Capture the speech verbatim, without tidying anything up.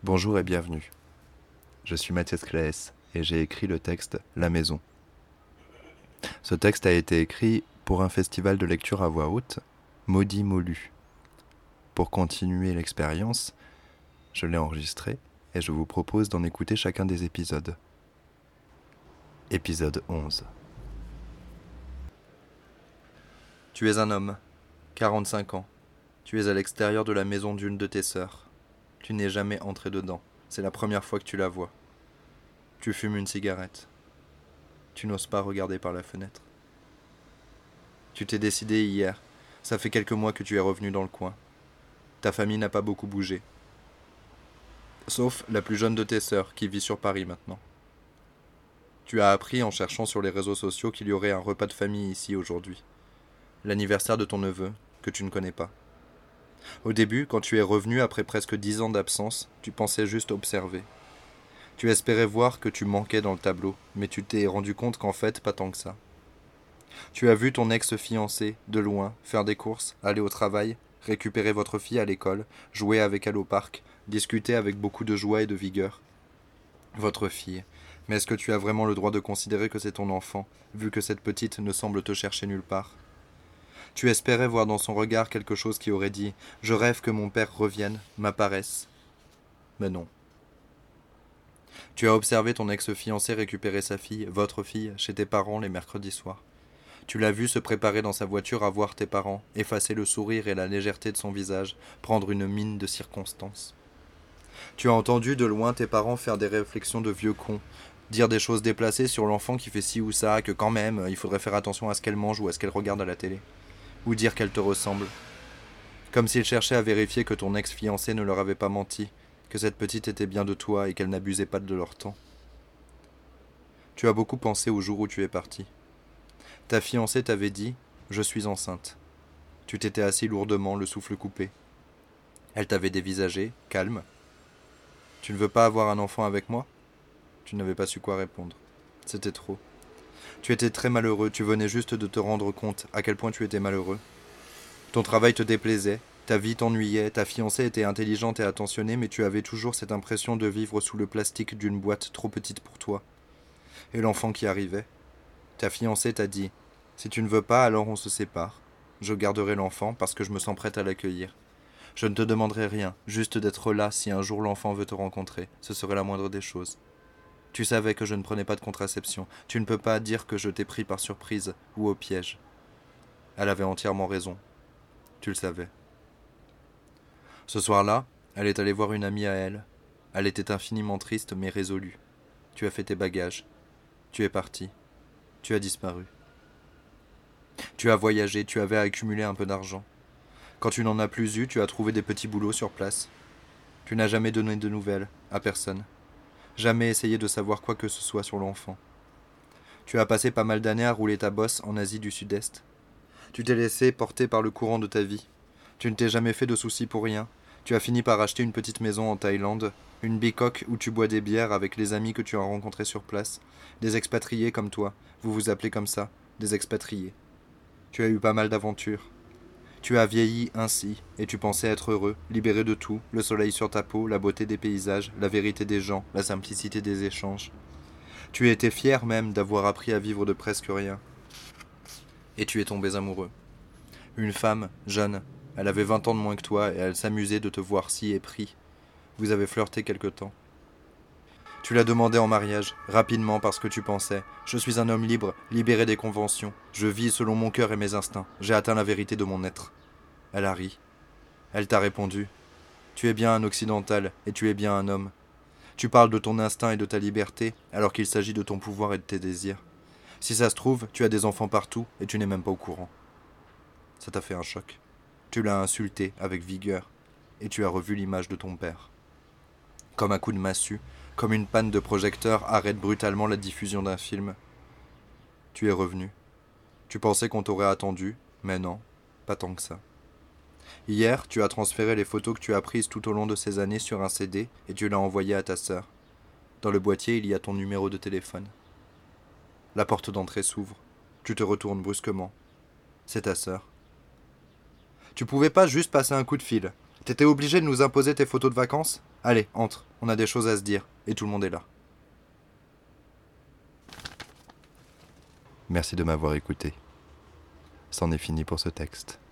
Bonjour et bienvenue. Je suis Mathias Claes et j'ai écrit le texte La Maison. Ce texte a été écrit pour un festival de lecture à voix haute, Maudit Molu. Pour continuer l'expérience, je l'ai enregistré et je vous propose d'en écouter chacun des épisodes. Épisode onze. Tu es un homme, quarante-cinq ans. Tu es à l'extérieur de la maison d'une de tes sœurs. Tu n'es jamais entré dedans. C'est la première fois que tu la vois. Tu fumes une cigarette. Tu n'oses pas regarder par la fenêtre. Tu t'es décidé hier. Ça fait quelques mois que tu es revenu dans le coin. Ta famille n'a pas beaucoup bougé. Sauf la plus jeune de tes sœurs, qui vit sur Paris maintenant. Tu as appris en cherchant sur les réseaux sociaux qu'il y aurait un repas de famille ici aujourd'hui. L'anniversaire de ton neveu, que tu ne connais pas. Au début, quand tu es revenu après presque dix ans d'absence, tu pensais juste observer. Tu espérais voir que tu manquais dans le tableau, mais tu t'es rendu compte qu'en fait, pas tant que ça. Tu as vu ton ex-fiancé, de loin, faire des courses, aller au travail, récupérer votre fille à l'école, jouer avec elle au parc, discuter avec beaucoup de joie et de vigueur. Votre fille. Mais est-ce que tu as vraiment le droit de considérer que c'est ton enfant, vu que cette petite ne semble te chercher nulle part ? Tu espérais voir dans son regard quelque chose qui aurait dit « Je rêve que mon père revienne, m'apparaisse. » Mais non. Tu as observé ton ex-fiancé récupérer sa fille, votre fille, chez tes parents les mercredis soirs. Tu l'as vu se préparer dans sa voiture à voir tes parents, effacer le sourire et la légèreté de son visage, prendre une mine de circonstance. Tu as entendu de loin tes parents faire des réflexions de vieux cons, dire des choses déplacées sur l'enfant qui fait ci ou ça, que quand même, il faudrait faire attention à ce qu'elle mange ou à ce qu'elle regarde à la télé. Ou dire qu'elle te ressemble. Comme s'ils cherchaient à vérifier que ton ex-fiancé ne leur avait pas menti, que cette petite était bien de toi et qu'elle n'abusait pas de leur temps. Tu as beaucoup pensé au jour où tu es parti. Ta fiancée t'avait dit « Je suis enceinte ». Tu t'étais assis lourdement, le souffle coupé. Elle t'avait dévisagé, calme. « Tu ne veux pas avoir un enfant avec moi ?» Tu n'avais pas su quoi répondre. C'était trop. Tu étais très malheureux, tu venais juste de te rendre compte à quel point tu étais malheureux. Ton travail te déplaisait, ta vie t'ennuyait, ta fiancée était intelligente et attentionnée, mais tu avais toujours cette impression de vivre sous le plastique d'une boîte trop petite pour toi. Et l'enfant qui arrivait. Ta fiancée t'a dit « Si tu ne veux pas, alors on se sépare. Je garderai l'enfant parce que je me sens prête à l'accueillir. Je ne te demanderai rien, juste d'être là si un jour l'enfant veut te rencontrer, ce serait la moindre des choses. » Tu savais que je ne prenais pas de contraception. Tu ne peux pas dire que je t'ai pris par surprise ou au piège. Elle avait entièrement raison. Tu le savais. Ce soir-là, elle est allée voir une amie à elle. Elle était infiniment triste mais résolue. Tu as fait tes bagages. Tu es parti. Tu as disparu. Tu as voyagé, tu avais accumulé un peu d'argent. Quand tu n'en as plus eu, tu as trouvé des petits boulots sur place. Tu n'as jamais donné de nouvelles, à personne. Jamais essayé de savoir quoi que ce soit sur l'enfant. Tu as passé pas mal d'années à rouler ta bosse en Asie du Sud-Est. Tu t'es laissé porter par le courant de ta vie. Tu ne t'es jamais fait de soucis pour rien. Tu as fini par acheter une petite maison en Thaïlande, une bicoque où tu bois des bières avec les amis que tu as rencontrés sur place, des expatriés comme toi, vous vous appelez comme ça, des expatriés. Tu as eu pas mal d'aventures. Tu as vieilli ainsi, et tu pensais être heureux, libéré de tout, le soleil sur ta peau, la beauté des paysages, la vérité des gens, la simplicité des échanges. Tu étais fier même d'avoir appris à vivre de presque rien. Et tu es tombé amoureux. Une femme, jeune, elle avait vingt ans de moins que toi, et elle s'amusait de te voir si épris. Vous avez flirté quelque temps. Tu l'as demandé en mariage, rapidement parce que tu pensais « Je suis un homme libre, libéré des conventions. Je vis selon mon cœur et mes instincts. J'ai atteint la vérité de mon être. » Elle a ri. Elle t'a répondu « Tu es bien un occidental, et tu es bien un homme. Tu parles de ton instinct et de ta liberté, alors qu'il s'agit de ton pouvoir et de tes désirs. Si ça se trouve, tu as des enfants partout, et tu n'es même pas au courant. » Ça t'a fait un choc. Tu l'as insulté avec vigueur, et tu as revu l'image de ton père. Comme un coup de massue, comme une panne de projecteur arrête brutalement la diffusion d'un film. Tu es revenu. Tu pensais qu'on t'aurait attendu, mais non, pas tant que ça. Hier, tu as transféré les photos que tu as prises tout au long de ces années sur un C D et tu l'as envoyé à ta sœur. Dans le boîtier, il y a ton numéro de téléphone. La porte d'entrée s'ouvre. Tu te retournes brusquement. C'est ta sœur. Tu pouvais pas juste passer un coup de fil. T'étais obligé de nous imposer tes photos de vacances ? Allez, entre, on a des choses à se dire, et tout le monde est là. Merci de m'avoir écouté. C'en est fini pour ce texte.